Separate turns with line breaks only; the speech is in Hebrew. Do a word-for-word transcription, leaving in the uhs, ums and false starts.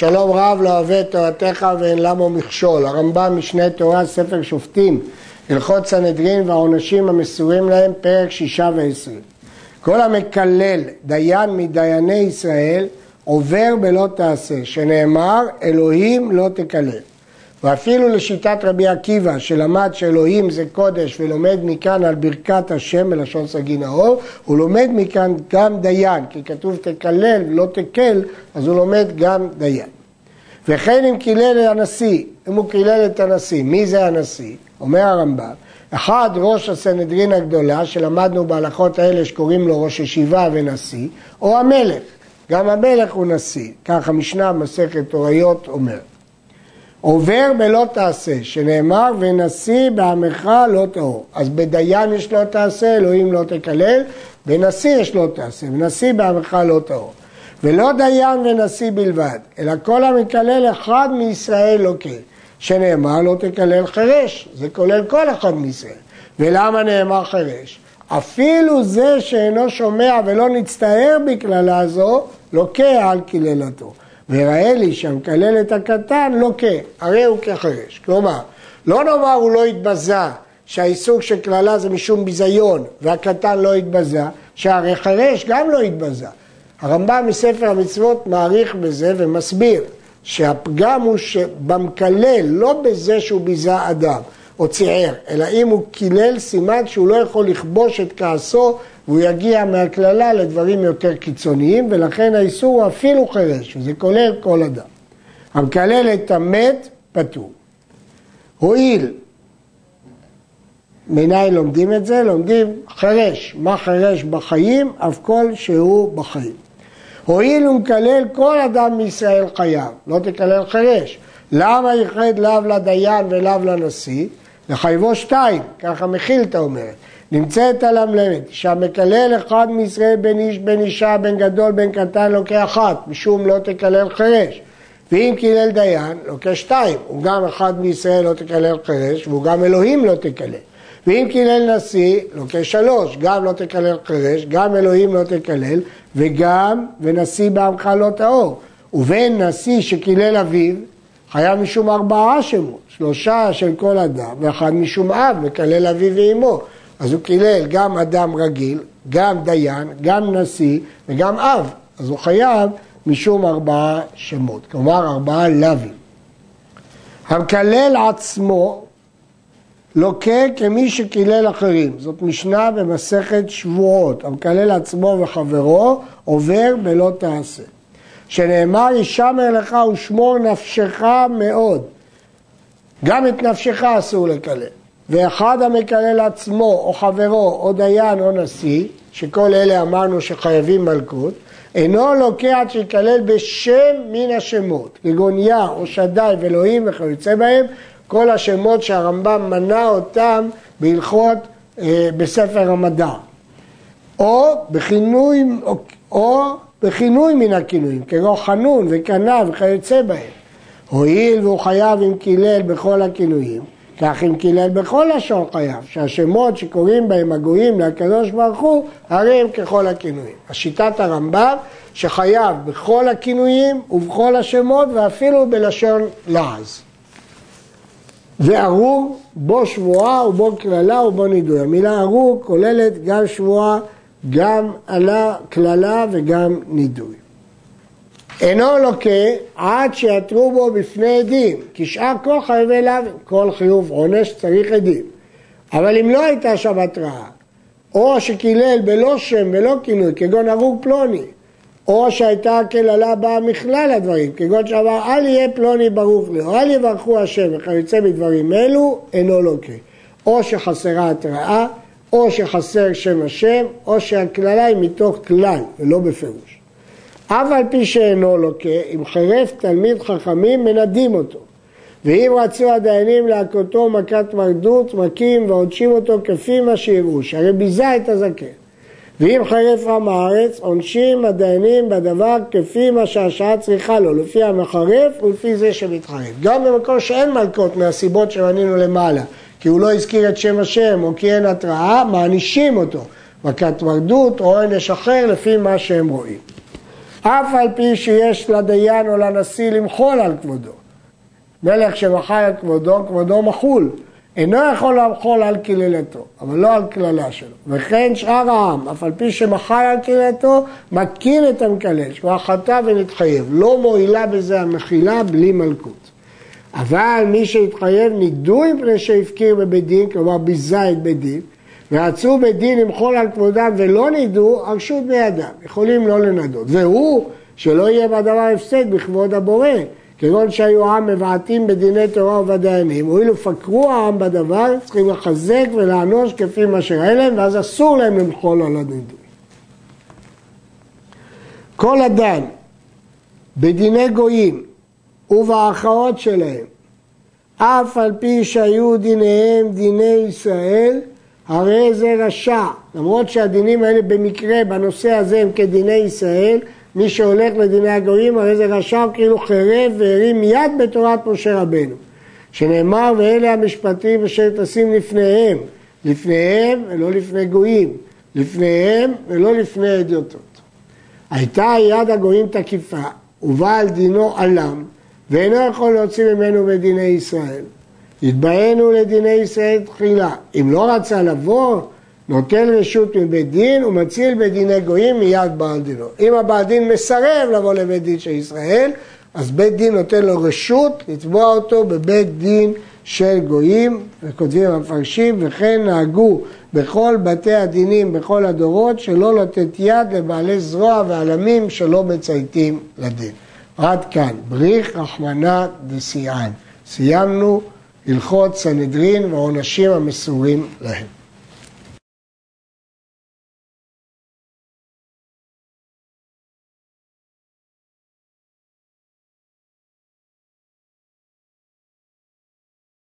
שלום רב לא אוהב את תורתך ואין למו מכשול. הרמב"ם משנה תורה ספר שופטים, הלכות סנהדרין והעונשים המסורים להם, פרק שישה ועשרים. כל המקלל דיין מדייני ישראל עובר בלא תעשה, שנאמר אלוהים לא תקלל. ואפילו לשיטת רבי עקיבא שלמד שאלוהים זה קודש ולומד מכאן על ברכת השם בלשון סגי נאור, הוא לומד מכאן גם דיין, כי כתוב תקלל ולא תקל, אז הוא לומד גם דיין. וכן אם קילל הנשיא, אם הוא קילל את הנשיא, מי זה הנשיא? אומר הרמב"ם, אחד ראש הסנהדרין הגדולה שלמדנו בהלכות האלה שקוראים לו ראש ישיבה ונשיא, או המלך, גם המלך הוא נשיא, כך המשנה מסכת תוריות אומר. עובר בלא תעשה, שנאמר ונשיא בעמך לא טהור. אז בדיין יש לא תעשה, אלוהים לא תקלל, בנשיא יש לא תעשה, ונשיא בעמך לא טהור. ולא דיין ונשיא בלבד, אלא כל המקלל אחד מישראל לא כן, שנאמר לא תקלל חרש, זה כולל כל אחד מישראל. ולמה נאמר חרש? אפילו זה שאינו שומע ולא נצטער בכללה זו, לוקה על קללתו. וראה לי שהמקלל את הקטן לוקה, הרי הוא כחרש. כלומר, לא נאמר הוא לא יתבזה, שהעיסוק של כללה זה משום ביזיון, והקטן לא יתבזה, שהרי חרש גם לא יתבזה. הרמב"ם מספר המצוות מעריך בזה ומסביר שהפגם הוא שבמקלל, לא בזה שהוא ביזה אדם או ציער, אלא אם הוא קילל סימן שהוא לא יכול לכבוש את כעסו והוא יגיע מהכללה לדברים יותר קיצוניים, ולכן האיסור הוא אפילו חרש, וזה כולל כל אדם. המקלל את המת פטור. הועיל, מניין לומדים את זה? לומדים חרש, מה חרש בחיים, אף כל שהוא בחיים. הועיל ומקלל כל אדם מישראל חייב, לא תקלל חרש. למה ייחד לאו לדיין ולאו לנשיא? לחייבו שתיים, ככה מחילתא אומרת. נמצאת הלמלמת, שהמקלל אחד מישראל בין איש, בין אישה, בין גדול, בין קטן, לוקה אחת, משום לא תקלל חרש. ואם קילל דיין, לוקה שתיים, הוא גם אחד מישראל לא תקלל חרש, והוא גם אלוהים לא תקלל. ואם קילל נשיא, לוקה שלוש, גם לא תקלל חרש, גם אלוהים לא תקלל, וגם ונשיא בעמך לא טהור. ובין נשיא שקילל אביו, חייב משום ארבעה שמות, שלושה של כל אדם, ואחד משום אב, מקלל אביו ואמו. אז הוא קילל גם אדם רגיל, גם דיין, גם נשיא וגם אב. אז הוא חייב משום ארבעה שמות, כלומר ארבעה לווים. המקלל עצמו לוקה כמי שקילל אחרים. זאת משנה במסכת שבועות. המקלל עצמו וחברו עובר בלא תעשה. שנאמר ישמר לך ושמור נפשך מאוד. גם את נפשך אסור לקלל. ואחד המקלל עצמו או חברו או דיין או נשיא, שכל אלה אמרנו שחייבים מלכות, אינו לוקח עד שיקלל בשם מן השמות, כגון יה או שדי ואלוהים וכיוצא בהם, כל השמות שהרמב"ם מנה אותם בהלכות אה, בספר המדע. או בכינוי, או, או בכינוי מן הכינויים, כגון חנון וקנה וכיוצא בהם. הועיל והוא חייב אם קילל בכל הכינויים, כך אם קילל בכל לשון חייב, שהשמות שקוראים בהם הגויים לקדוש ברוך הוא, הרי הם ככל הכינויים. השיטת הרמב"ם שחייב בכל הכינויים ובכל השמות ואפילו בלשון לעז. וארור בו שבועה ובו כללה ובו נידוי. המילה ארור כוללת גם שבועה, גם עלה, כללה וגם נידוי. אינו לוקה עד שיתרו בו בפני עדים, כי שאר כל חייבי לאו, כל חיוב עונש צריך עדים. אבל אם לא הייתה שם התראה, או שקילל בלא שם ולא כינוי, כגון הרוג פלוני, או שהייתה כללה באה מכלל הדברים, כגון שאמר אל יהיה פלוני ברוך לי, או אל יברכו השם וכיוצא בדברים אלו, אינו לוקה. או שחסרה התראה, או שחסר שם השם, או שהכללה היא מתוך כלל ולא בפירוש. אף על פי שאינו לוקה, אם חרף תלמיד חכמים מנדים אותו. ואם רצו הדיינים להכותו מכת מרדות, מכים ועודשים אותו כפי מה שיראו, שהרי ביזה את הזקן. ואם חרף עם הארץ, עונשים הדיינים בדבר כפי מה שהשעה צריכה לו, לפי המחרף ולפי זה שמתחרף. גם במקום שאין מלכות מהסיבות שמנינו למעלה, כי הוא לא הזכיר את שם השם או כי אין התראה, מענישים אותו. מכת מרדות או עונש אחר לפי מה שהם רואים. אף על פי שיש לדיין או לנשיא למחול על כבודו. מלך שמחל על כבודו, כבודו מחול. אינו יכול למחול על קללתו, אבל לא על כללה שלו. וכן שאר העם, אף על פי שמחל על קללתו, מכיר את המקלל, שכבר חטא ונתחייב. לא מועילה בזה המחילה בלי מלכות. אבל מי שהתחייב נידוי מפני שהפקיר בבית דין, כלומר ביזה את בית דין, רצו בית דין למחול על כבודם ולא נידו, הרשות בידם, יכולים לא לנדות. והוא, שלא יהיה בדבר הפסד בכבוד הבורא, כגון שהיו העם מבעטים בדיני תורה ובדיינים, הואילו פקרו העם בדבר, צריכים לחזק ולענוש כפי מה שראה להם, ואז אסור להם למחול על הנידוי. כל אדם בדיני גויים ובהכרעות שלהם, אף על פי שהיו דיניהם דיני ישראל, הרי זה רשע. למרות שהדינים האלה במקרה בנושא הזה הם כדיני ישראל, מי שהולך לדיני הגויים הרי זה רשע כאילו חרב והרים יד בתורת משה רבנו. שנאמר ואלה המשפטים אשר תשים לפניהם, לפניהם ולא לפני גויים, לפניהם ולא לפני אדיוטות. הייתה יד הגויים תקיפה ובעל דינו עלם, ואינו יכול להוציא ממנו בדיני ישראל. התבאנו לדיני ישראל תחילה. אם לא רצה לבוא, נוטל רשות מבית דין ומציל בדיני גויים מיד בעל דינו. אם הבעל דין מסרב לבוא לבית דין של ישראל, אז בית דין נותן לו רשות לתבוע אותו בבית דין של גויים, וכותבים המפרשים, וכן נהגו בכל בתי הדינים בכל הדורות שלא לתת יד לבעלי זרוע ועלמים שלא מצייתים לדין. עד כאן, בריך רחמנא דסיען. סיימנו הלכות סנהדרין והעונשים המסורים להם.